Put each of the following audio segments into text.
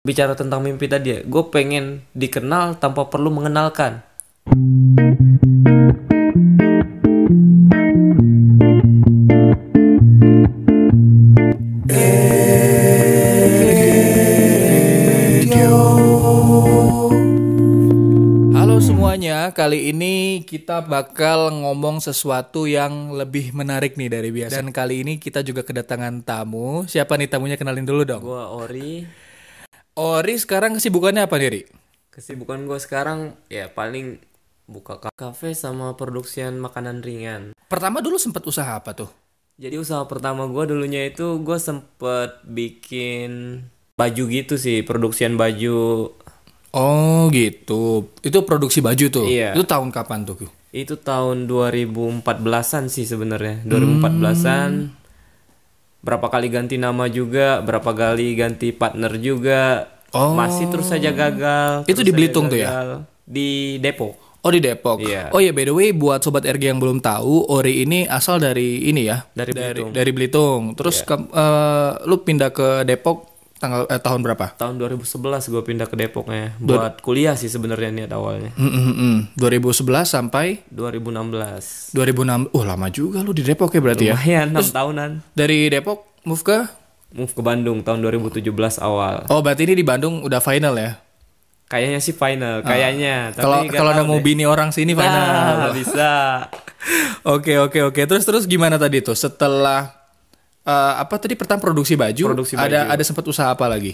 bicara tentang mimpi tadi ya, gue pengen dikenal tanpa perlu mengenalkan. Halo semuanya, kali ini kita bakal ngomong sesuatu yang lebih menarik nih dari biasa. Dan kali ini kita juga kedatangan tamu. Siapa nih tamunya, kenalin dulu dong. Gue Ori. Ori sekarang kesibukannya apa nih, Ri? Kesibukan gue sekarang ya paling buka kafe sama produksian makanan ringan. Pertama dulu sempat usaha apa tuh? Jadi usaha pertama gue dulunya itu gue sempet bikin baju gitu sih, produksian baju. Oh gitu, itu produksi baju tuh. Iya. Itu tahun kapan tuh? Itu tahun 2014-an sih sebenarnya. 2014-an. Berapa kali ganti nama juga, berapa kali ganti partner juga. Oh. Masih terus saja gagal. Itu terus di saja Belitung tuh ya? gagal. Di Depok. Oh di Depok. Iya. Oh ya, by the way buat sobat RG yang belum tahu, Ori ini asal dari ini ya, Dari Belitung. dari Belitung. Terus lu pindah ke Depok tahun berapa? Tahun 2011 gue pindah ke Depoknya. Buat kuliah sih sebenarnya niat awalnya. 2011 sampai 2016. 2006. Lama juga lu di Depok ya berarti ya. Lumayan 6 tahunan. Dari Depok move ke? Move ke Bandung tahun 2017 awal. Oh, berarti ini di Bandung udah final ya. Kayaknya sih final, kayaknya. Kalau Tapi kalau ada mau bini orang sini final. Nah, bisa. Oke. Terus gimana tadi tuh setelah apa tadi pertama produksi baju? Produksi baju. Ada sempat usaha apa lagi?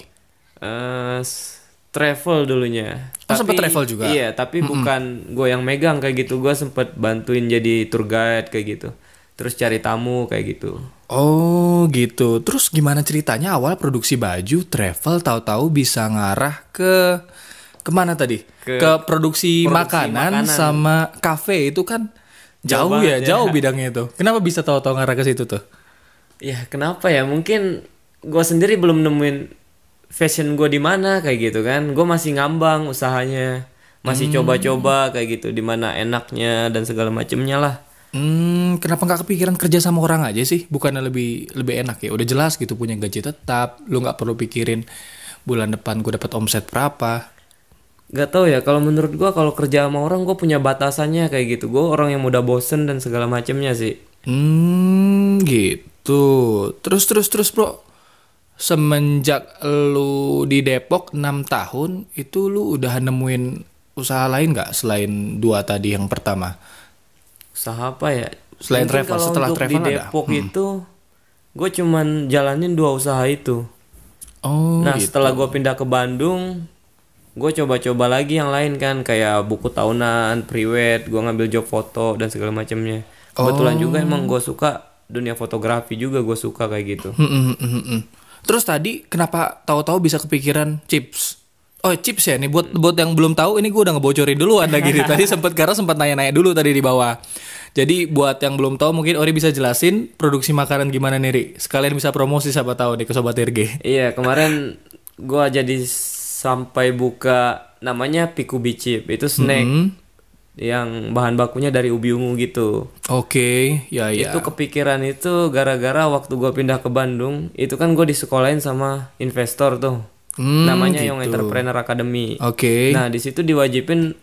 Travel dulunya. Oh, sempet travel juga? Iya, tapi bukan gue yang megang kayak gitu. Gue sempet bantuin jadi tour guide kayak gitu. Terus cari tamu kayak gitu. Oh gitu. Terus gimana ceritanya awal produksi baju, travel, tahu-tahu bisa ngarah ke kemana tadi? Ke produksi makanan sama kafe itu kan jauh ya, jauh bidangnya itu. Kenapa bisa tahu-tahu ngarah ke situ tuh? Ya kenapa ya? Mungkin gue sendiri belum nemuin fashion gue di mana kayak gitu kan. Gue masih ngambang usahanya, masih coba-coba kayak gitu, di mana enaknya dan segala macemnya lah. Kenapa nggak kepikiran kerja sama orang aja sih? Bukannya lebih enak ya? Udah jelas gitu punya gaji tetap, lu nggak perlu pikirin bulan depan gue dapat omset berapa. Gak tau ya, kalau menurut gue kalau kerja sama orang gue punya batasannya kayak gitu. Gue orang yang mudah bosen dan segala macemnya sih. Gitu. Terus bro, semenjak lu di Depok 6 tahun itu lu udah nemuin usaha lain nggak selain dua tadi yang pertama? Usaha apa ya? Selain Mungkin travel, kalau setelah untuk travel di ada? Depok itu gue cuman jalanin 2 usaha itu. Oh Nah gitu. setelah gue pindah ke Bandung, gue coba-coba lagi yang lain kan, kayak buku tahunan, priwet, gue ngambil job foto dan segala macamnya. Kebetulan juga emang gue suka dunia fotografi juga, gue suka kayak gitu. Terus tadi kenapa tahu-tahu bisa kepikiran chips? Oh chips ya nih, buat yang belum tahu ini gue udah ngebocorin dulu ada gini. Tadi sempat nanya-nanya dulu tadi di bawah. Jadi buat yang belum tahu mungkin Ori bisa jelasin produksi makanan gimana nih Ri. Sekalian bisa promosi siapa tahu nih ke Sobat RG. Iya kemarin gue jadi sampai buka namanya Pikubi Chip. Itu snack yang bahan bakunya dari ubi ungu gitu. Oke, ya. Itu kepikiran itu gara-gara waktu gue pindah ke Bandung. Itu kan gue disekolahin sama investor tuh. Namanya gitu. Young Entrepreneur Academy. Oke. Nah di situ diwajibin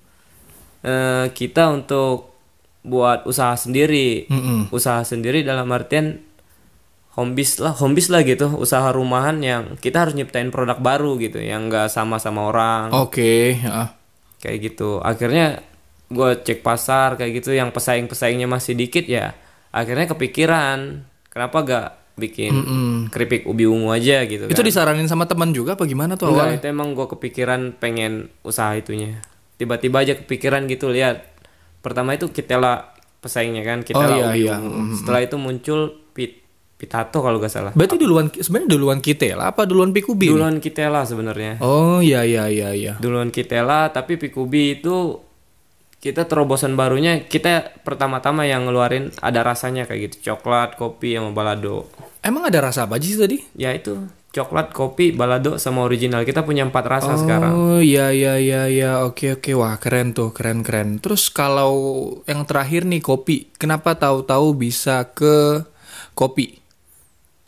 kita untuk buat usaha sendiri. Usaha sendiri dalam artian home biz lah gitu. Usaha rumahan yang kita harus nyiptain produk baru gitu, yang nggak sama orang. Oke. Ya. Kayak gitu. Akhirnya gue cek pasar kayak gitu, yang pesaingnya masih dikit ya. Akhirnya kepikiran kenapa gak bikin keripik ubi ungu aja gitu. Itu kan. disaranin sama teman juga apa gimana tuh Enggak, awalnya? itu emang gue kepikiran pengen usaha itunya. Tiba-tiba aja kepikiran gitu, lihat. Pertama itu Kitela pesaingnya kan, Kitela ubi ungu. Setelah itu muncul Pitato kalau gak salah. Berarti sebenarnya duluan Kitela apa duluan Pikubi? Duluan Kitela sebenarnya. Oh iya. Duluan Kitela, tapi Pikubi itu kita terobosan barunya, kita pertama-tama yang ngeluarin ada rasanya kayak gitu, coklat, kopi, sama balado. Emang ada rasa apa aja sih tadi? Ya itu coklat, kopi, balado, sama original. Kita punya 4 rasa sekarang. Oh iya. Oke. Wah keren tuh, keren. Terus kalau yang terakhir nih kopi, kenapa tahu-tahu bisa ke kopi?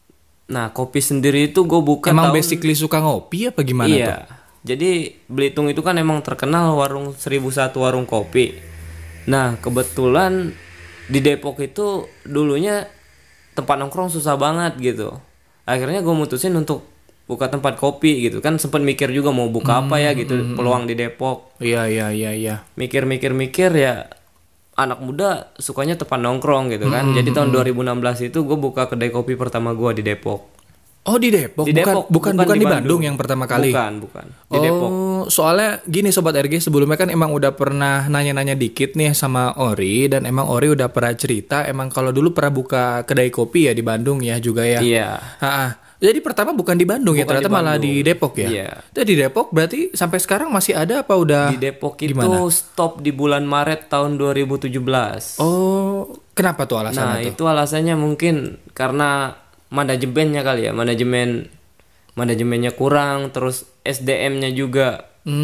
Nah, kopi sendiri itu gue buka Emang tahun basically suka ngopi apa gimana tuh? iya. Jadi Belitung itu kan emang terkenal warung 1001 warung kopi. Nah, kebetulan di Depok itu dulunya tempat nongkrong susah banget gitu. Akhirnya gue mutusin untuk buka tempat kopi gitu. Kan sempat mikir juga mau buka apa ya gitu, peluang di Depok. Iya iya iya iya. Mikir ya anak muda sukanya tempat nongkrong gitu kan. Jadi tahun 2016 itu gue buka kedai kopi pertama gue di Depok. Oh di Depok, Di Depok, bukan di Bandung yang pertama kali. Bukan. Di Depok. Soalnya gini Sobat RG, sebelumnya kan emang udah pernah nanya-nanya dikit nih sama Ori, dan emang Ori udah pernah cerita emang kalau dulu pernah buka kedai kopi ya di Bandung ya juga ya. Iya. Jadi pertama bukan di Bandung ya, Bukan ternyata di malah Bandung. di Depok ya. Iya. Jadi di Depok berarti sampai sekarang masih ada apa udah? Di Depok itu gimana? stop di bulan Maret tahun 2017. Oh, kenapa tuh alasannya Nah, tuh? itu alasannya mungkin karena manajemennya kali ya. Manajemennya kurang, terus SDM-nya juga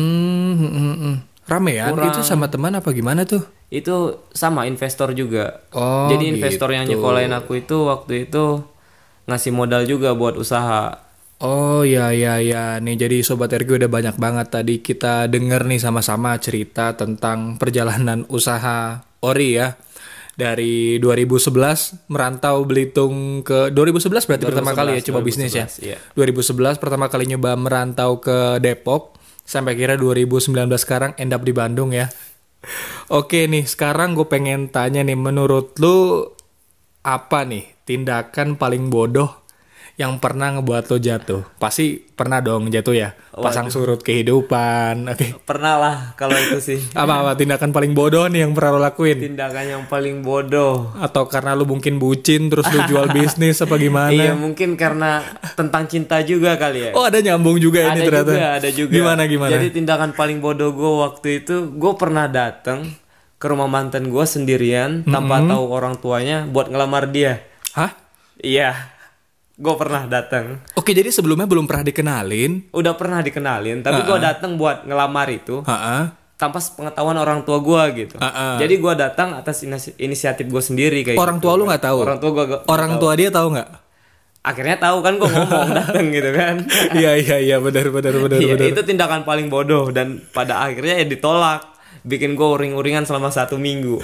Rame ya? kurang. Itu sama teman apa gimana tuh? Itu sama investor juga. Oh, Jadi investor yang gitu. nyekolahin aku itu waktu itu ngasih modal juga buat usaha. Oh ya ya ya, nih jadi Sobat RG udah banyak banget tadi kita denger nih sama-sama cerita tentang perjalanan usaha Ori ya. Dari 2011 merantau Belitung ke 2011 berarti pertama kali ya coba bisnis ya. 2011, iya. 2011 pertama kali nyoba merantau ke Depok sampai kira 2019 sekarang end up di Bandung ya. Oke nih, sekarang gue pengen tanya nih, menurut lu apa nih tindakan paling bodoh yang pernah ngebuat lo jatuh? Pasti pernah dong jatuh ya. Pasang surut kehidupan. Oke. Pernah lah kalau itu sih. Apa tindakan paling bodoh nih yang pernah lo lakuin? Tindakan yang paling bodoh. Atau karena lu mungkin bucin terus lu jual bisnis apa gimana? Iya, mungkin karena tentang cinta juga kali ya. Oh, ada nyambung juga ini ternyata. Ada juga. Gimana? Jadi tindakan paling bodoh gue waktu itu, gue pernah datang ke rumah mantan gue sendirian tanpa tahu orang tuanya buat ngelamar dia. Hah? Iya, gue pernah datang. Oke, jadi sebelumnya belum pernah dikenalin. Udah pernah dikenalin, tapi gue datang buat ngelamar itu tanpa pengetahuan orang tua gue gitu. Jadi gue datang atas inisiatif gue sendiri kayak. Orang tua lu nggak tahu? Orang tua gue. Orang tua dia tahu nggak? Akhirnya tahu kan, gue ngomong datang gitu kan. Iya benar. Iya, itu tindakan paling bodoh dan pada akhirnya ya ditolak. Bikin gue uring-uringan selama 1 minggu.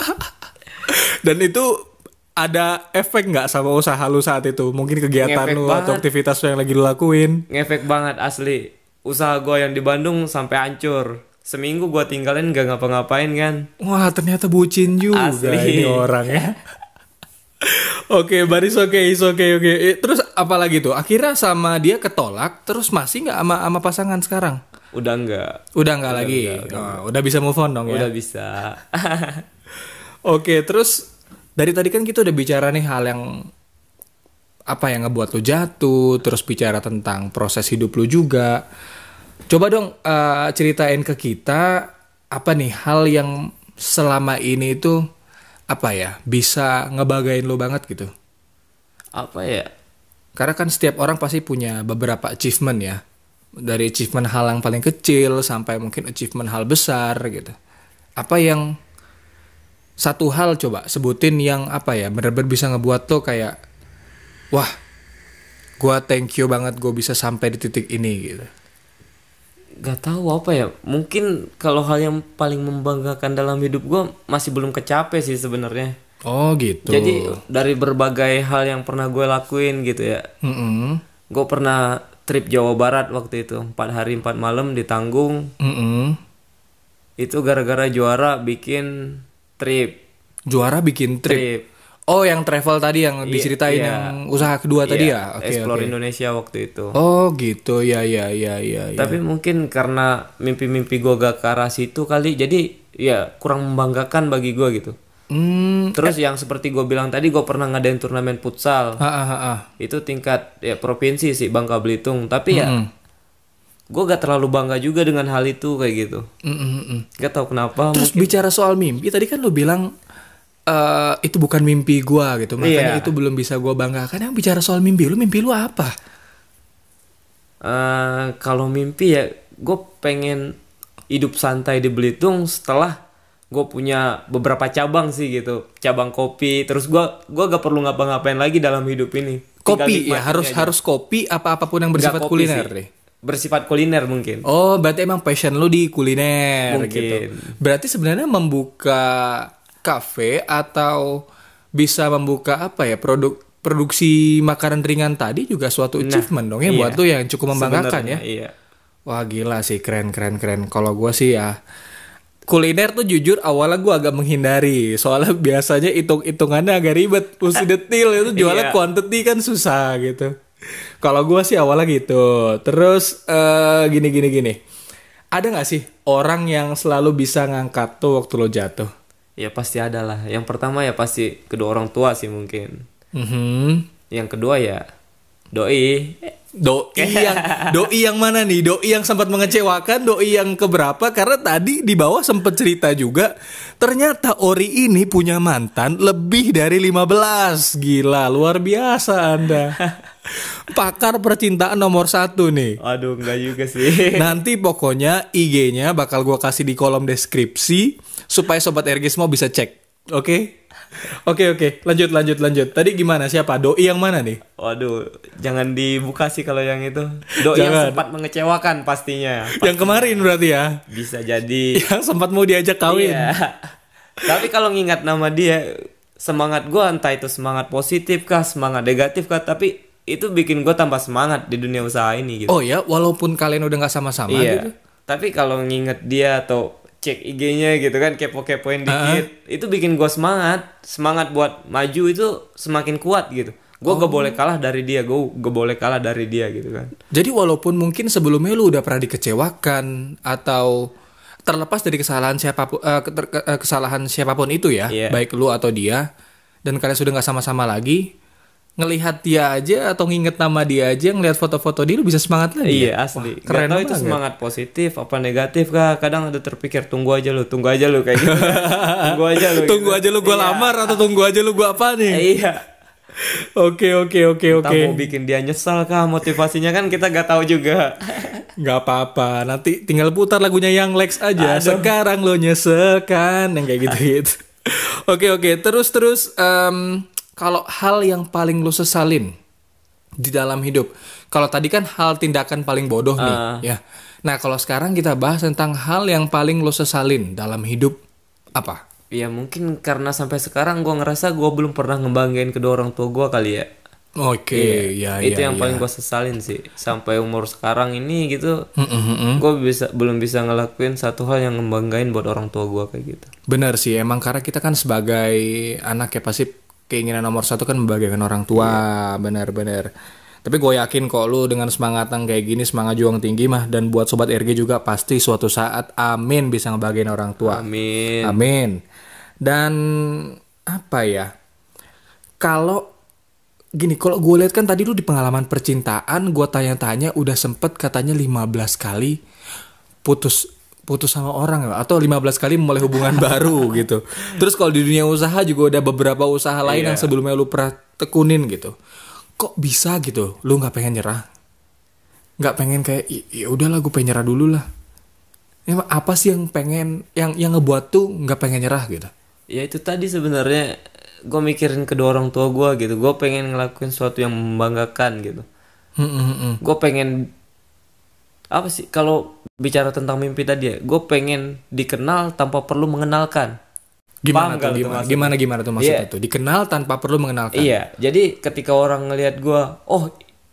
Dan itu ada efek nggak sama usaha lu saat itu? Mungkin kegiatan Ngefek lu banget. atau aktivitas lu yang lagi lu lakuin? Ngefek banget asli. Usaha gue yang di Bandung sampai hancur. Seminggu gue tinggalin gak ngapa-ngapain kan. Wah, ternyata bucin juga Asli. ini orang ya. Oke, baris oke. Terus apa lagi tuh? Akhirnya sama dia ketolak, terus masih nggak sama pasangan sekarang? Udah enggak. Udah nggak lagi. Udah bisa move on dong ya. Udah bisa. Oke, terus dari tadi kan kita udah bicara nih hal yang apa yang ngebuat lo jatuh, terus bicara tentang proses hidup lo juga. Coba dong ceritain ke kita apa nih hal yang selama ini itu apa ya bisa ngebagain lo banget gitu. Apa ya? Karena kan setiap orang pasti punya beberapa achievement ya. Dari achievement hal yang paling kecil sampai mungkin achievement hal besar gitu. Apa yang satu hal coba sebutin yang apa ya benar-benar bisa ngebuat lo kayak wah, gua thank you banget gue bisa sampai di titik ini gitu. Gak tahu apa ya. Mungkin kalau hal yang paling membanggakan dalam hidup gue masih belum kecapai sih sebenarnya. Oh gitu. Jadi dari berbagai hal yang pernah gue lakuin gitu ya. Gue pernah trip Jawa Barat waktu itu 4 hari 4 malam ditanggung. Itu gara-gara juara bikin trip. Juara bikin trip. Oh, yang travel tadi yang diceritain yang usaha kedua tadi ya? Oke, Explore Indonesia waktu itu. Oh gitu, ya. Tapi mungkin karena mimpi-mimpi gue gak ke arah situ kali, jadi ya kurang membanggakan bagi gue gitu. Terus yang seperti gue bilang tadi, gue pernah ngadain turnamen futsal. Itu tingkat ya provinsi sih, Bangka Belitung. Tapi ya gue gak terlalu bangga juga dengan hal itu kayak gitu. Gak tau kenapa. Terus bicara soal mimpi, tadi kan lo bilang itu bukan mimpi gue gitu, makanya itu belum bisa gue banggakan. Yang bicara soal mimpi lu apa? Kalau mimpi ya gue pengen hidup santai di Belitung setelah gue punya beberapa cabang sih gitu, cabang kopi. Terus gue gak perlu ngapa-ngapain lagi dalam hidup ini. Kopi ya, nikmatin aja. harus kopi apapun yang Nggak bersifat kopi kuliner sih. deh. Bersifat kuliner mungkin. Oh, berarti emang passion lu di kuliner Mungkin. gitu. Berarti sebenarnya membuka kafe atau bisa membuka apa ya, produksi makanan ringan tadi juga suatu achievement dong ya iya. buat lu yang cukup membanggakan ya. Sebenarnya, iya. Wah gila sih, keren. Kalau gue sih ya kuliner tuh jujur awalnya gue agak menghindari. Soalnya biasanya hitung-hitungannya agak ribet. Mesti detail itu jualnya Iya. quantity kan susah gitu. Kalau gue sih awalnya gitu. Terus gini. Ada gak sih orang yang selalu bisa ngangkat tuh waktu lo jatuh? Ya pasti ada lah. Yang pertama ya pasti kedua orang tua sih mungkin. Mhm. Yang kedua ya doi. Doi yang mana nih? Doi yang sempat mengecewakan, doi yang keberapa? Karena tadi di bawah sempat cerita juga, ternyata Ori ini punya mantan lebih dari 15. Gila, luar biasa Anda. Pakar percintaan nomor 1 nih. Aduh, enggak juga sih. Nanti pokoknya IG-nya bakal gua kasih di kolom deskripsi supaya sobat Ergismo bisa cek. Oke? Oke. Lanjut. Tadi gimana? Siapa? Doi yang mana nih? Waduh, jangan dibuka sih kalau yang itu. Doi yang Jangan. sempat mengecewakan pastinya. Yang kemarin berarti ya. Bisa jadi. Yang sempat mau diajak kawin. Iya. Tapi kalau ngingat nama dia, semangat gue entah itu semangat positif kah, semangat negatif kah, tapi itu bikin gue tambah semangat di dunia usaha ini gitu. Oh ya, walaupun kalian udah nggak sama-sama Iya. gitu. Tapi kalau nginget dia atau cek IG-nya gitu kan, kepo-kepoin dikit, itu bikin gue semangat buat maju itu semakin kuat gitu. Gue gak boleh kalah dari dia, gue gak boleh kalah dari dia gitu kan. Jadi walaupun mungkin sebelumnya lu udah pernah dikecewakan atau terlepas dari kesalahan siapapun kesalahan siapapun itu ya, Iya. baik lu atau dia, dan kalian sudah nggak sama-sama lagi, ngelihat dia aja atau nginget nama dia aja, ngelihat foto-foto dia lu bisa semangat lagi. Iya ya? asli. Wah, keren Gak tahu itu banget. semangat positif apa negatif kah? Kadang ada terpikir tunggu aja lu kayak gitu. Tunggu aja lu. Tunggu gitu. aja lu gua Iya. lamar atau tunggu aja lu gua apa nih? Iya. Oke. Entah mau bikin dia nyesal kah? Motivasinya kan kita gak tahu juga. Nggak apa-apa, nanti tinggal putar lagunya yang Lex aja. Sekarang lo nyesel kan, yang kayak gitu. Oke, terus kalau hal yang paling lo sesalin di dalam hidup. Kalau tadi kan hal tindakan paling bodoh nih, ya. Nah, kalau sekarang kita bahas tentang hal yang paling lo sesalin dalam hidup apa? Ya mungkin karena sampai sekarang gue ngerasa gue belum pernah ngebanggain kedua orang tua gue kali ya. Oke, Itu yang paling gue sesalin sih. Sampai umur sekarang ini gitu, gue belum bisa ngelakuin satu hal yang ngebanggain buat orang tua gue kayak gitu. Benar sih, emang karena kita kan sebagai anak ya pasti keinginan nomor 1 kan membahagiakan orang tua, benar. Tapi gue yakin kok lu dengan semangat yang kayak gini, semangat juang tinggi mah, dan buat sobat RG juga pasti suatu saat amin bisa ngebahagiain orang tua. Amin. Dan apa ya? Kalau gue lihat kan tadi lu di pengalaman percintaan, gue tanya-tanya udah sempet katanya 15 kali putus sama orang atau 15 kali memulai hubungan baru gitu. Terus kalau di dunia usaha juga udah beberapa usaha lain yang sebelumnya lu pernah tekunin gitu. Kok bisa gitu? Lu nggak pengen nyerah? Nggak pengen kayak ya udahlah gue pengen nyerah dulu lah. Emang apa sih yang pengen yang ngebuat tuh nggak pengen nyerah gitu? Ya itu tadi sebenarnya gue mikirin kedua orang tua gue gitu. Gue pengen ngelakuin sesuatu yang membanggakan gitu. Gue pengen apa sih kalau bicara tentang mimpi tadi ya, gue pengen dikenal tanpa perlu mengenalkan. Gimana Paham tuh? gak Gimana tuh maksudnya Iya. tuh? Dikenal tanpa perlu mengenalkan. Iya, jadi ketika orang ngelihat gue, oh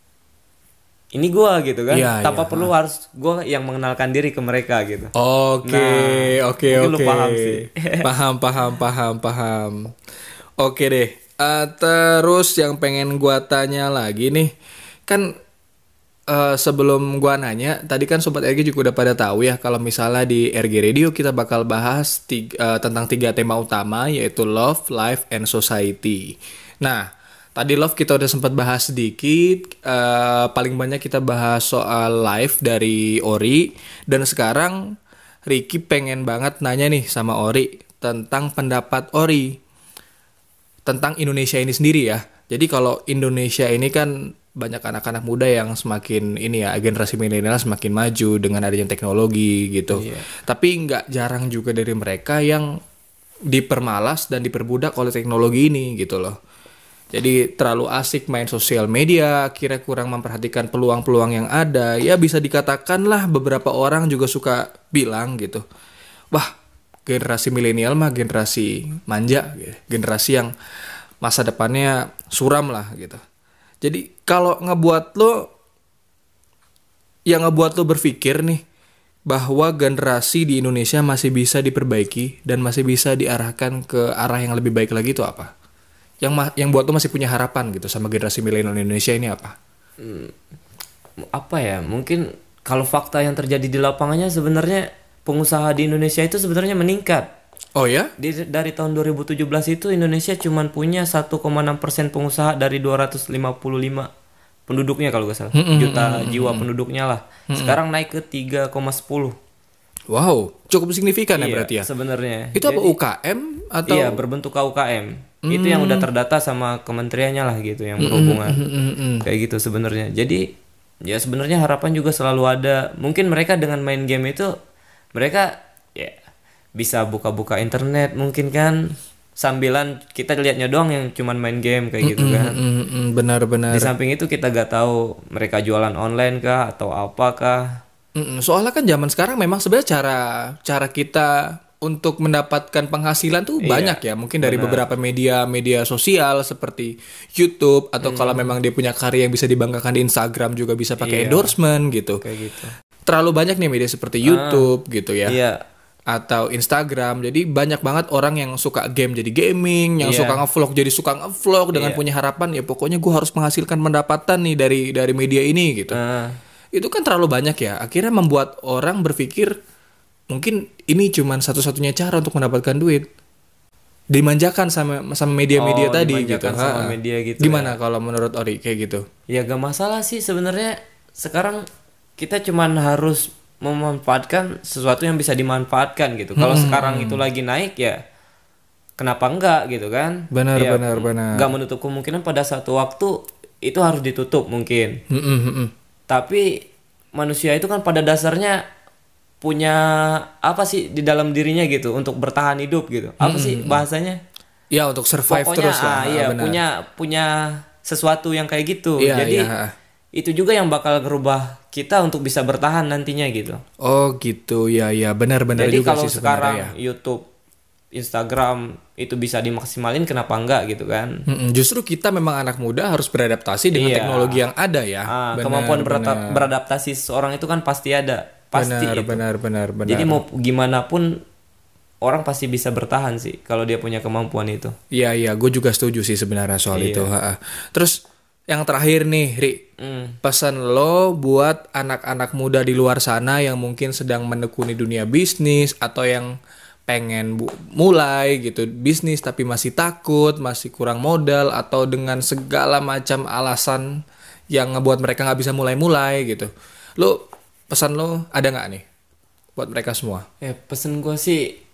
ini gue gitu kan, Iya, tanpa iya. perlu harus gue yang mengenalkan diri ke mereka gitu. Oke. mungkin lu paham sih. Paham. Oke deh. Terus yang pengen gua tanya lagi nih, kan sebelum gua nanya, tadi kan sobat RG juga udah pada tahu ya kalau misalnya di RG Radio kita bakal bahas tentang 3 tema utama yaitu love, life, and society. Nah, tadi love kita udah sempat bahas sedikit, paling banyak kita bahas soal life dari Ori, dan sekarang Ricky pengen banget nanya nih sama Ori tentang pendapat Ori tentang Indonesia ini sendiri ya. Jadi kalau Indonesia ini kan banyak anak-anak muda yang semakin ini ya, generasi milenial semakin maju dengan adanya teknologi gitu. Tapi nggak jarang juga dari mereka yang dipermalas dan diperbudak oleh teknologi ini gitu loh. Jadi terlalu asik main sosial media, akhirnya kurang memperhatikan peluang-peluang yang ada. Ya bisa dikatakan lah beberapa orang juga suka bilang gitu, wah generasi milenial mah generasi manja, gitu. Generasi yang masa depannya suram lah gitu. Jadi kalau yang ngebuat lo berpikir nih bahwa generasi di Indonesia masih bisa diperbaiki dan masih bisa diarahkan ke arah yang lebih baik lagi itu apa? Yang buat lo masih punya harapan gitu sama generasi milenial Indonesia ini apa? Apa ya? Mungkin kalau fakta yang terjadi di lapangannya sebenarnya pengusaha di Indonesia itu sebenarnya meningkat. Oh ya? Dari tahun 2017 itu Indonesia cuma punya 1,6% pengusaha dari 255 penduduknya kalau gak salah. Juta jiwa penduduknya lah. Sekarang naik ke 3,10. Wow, cukup signifikan ya Iya, berarti ya. sebenarnya. Itu apa UKM atau? Iya, berbentuk KUKM. Itu yang udah terdata sama kementeriannya lah gitu yang berhubungan. Kayak gitu sebenarnya. Jadi ya sebenarnya harapan juga selalu ada. Mungkin mereka dengan main game itu mereka ya bisa buka-buka internet mungkin kan, sambilan kita lihatnya doang yang cuman main game kayak gitu kan. Benar-benar. Di samping itu kita gak tahu mereka jualan online kah atau apakah. Soalnya kan zaman sekarang memang sebenarnya cara kita untuk mendapatkan penghasilan tuh banyak ya. Mungkin dari beberapa media sosial seperti YouTube atau kalau memang dia punya karya yang bisa dibanggakan di Instagram juga bisa pakai endorsement gitu. Kayak gitu. Terlalu banyak nih media seperti YouTube gitu ya. Iya. Atau Instagram. Jadi banyak banget orang yang suka game jadi gaming, yang suka ngevlog jadi suka ngevlog dengan punya harapan ya pokoknya gue harus menghasilkan pendapatan nih dari media ini gitu. Itu kan terlalu banyak ya. Akhirnya membuat orang berpikir mungkin ini cuman satu-satunya cara untuk mendapatkan duit. Dimanjakan sama media-media tadi gitu. Sama media gitu. Gimana kalau menurut Ori kayak gitu? Ya gak masalah sih sebenarnya. Sekarang kita cuman harus memanfaatkan sesuatu yang bisa dimanfaatkan gitu. Kalau sekarang itu lagi naik ya kenapa enggak gitu kan? Benar. Gak menutup kemungkinan pada satu waktu itu harus ditutup mungkin. Tapi manusia itu kan pada dasarnya punya apa sih di dalam dirinya gitu untuk bertahan hidup gitu. Apa sih bahasanya? Ya untuk survive Pokoknya, terus lah. Iya, benar. punya sesuatu yang kayak gitu. Iya, Jadi iya. itu juga yang bakal ngerubah kita untuk bisa bertahan nantinya gitu. Oh gitu, ya benar-benar Jadi juga kalau sih sekarang sebenarnya ya. YouTube, Instagram itu bisa dimaksimalin, kenapa enggak gitu kan? Justru kita memang anak muda harus beradaptasi dengan teknologi yang ada ya. Kemampuan beradaptasi seorang itu kan pasti ada, pasti itu. Benar. Jadi mau gimana pun orang pasti bisa bertahan sih kalau dia punya kemampuan itu. Iya, gue juga setuju sih sebenarnya soal itu. Terus yang terakhir nih, Ri, pesan lo buat anak-anak muda di luar sana yang mungkin sedang menekuni dunia bisnis atau yang pengen mulai gitu bisnis tapi masih takut, masih kurang modal atau dengan segala macam alasan yang ngebuat mereka nggak bisa mulai-mulai gitu. Lo pesan lo ada nggak nih buat mereka semua? Pesan gue sih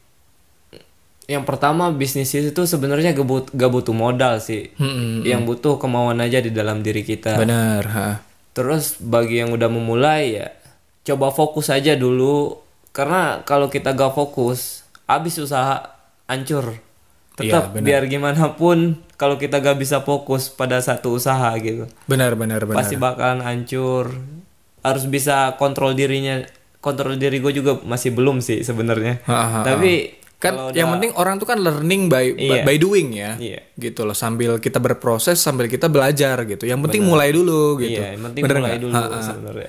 yang pertama bisnis itu sebenarnya gak butuh modal sih. Yang butuh kemauan aja di dalam diri kita. Benar. Terus bagi yang udah memulai ya coba fokus aja dulu. Karena kalau kita gak fokus, habis usaha hancur. Tetap biar gimana pun kalau kita gak bisa fokus pada satu usaha gitu. Benar. Pasti bakalan hancur. Harus bisa kontrol dirinya. Kontrol diri gue juga masih belum sih sebenarnya. Tapi kan yang penting orang tuh kan learning by doing ya. Gitu loh, sambil kita berproses, sambil kita belajar gitu. Yang penting mulai dulu gitu. Iya, yang penting mulai dulu sebenarnya.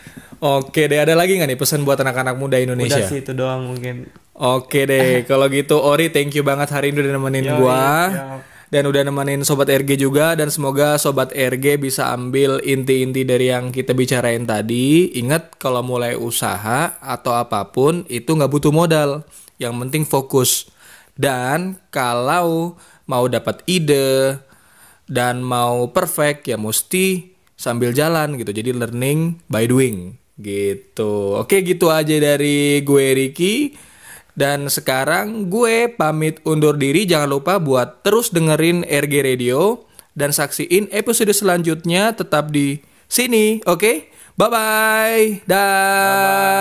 Oke deh, ada lagi nggak nih pesan buat anak-anak muda Indonesia? Udah sih itu doang mungkin. Oke deh, kalau gitu Ori thank you banget hari ini udah nemenin gua. Dan udah nemenin Sobat RG juga. Dan semoga Sobat RG bisa ambil inti-inti dari yang kita bicarain tadi. Ingat kalau mulai usaha atau apapun itu nggak butuh modal. Yang penting fokus. Dan kalau mau dapat ide dan mau perfect ya mesti sambil jalan gitu. Jadi learning by doing gitu. Oke, gitu aja dari gue Ricky. Dan sekarang gue pamit undur diri. Jangan lupa buat terus dengerin RG Radio dan saksiin episode selanjutnya tetap di sini. Oke? Bye-bye. Dah.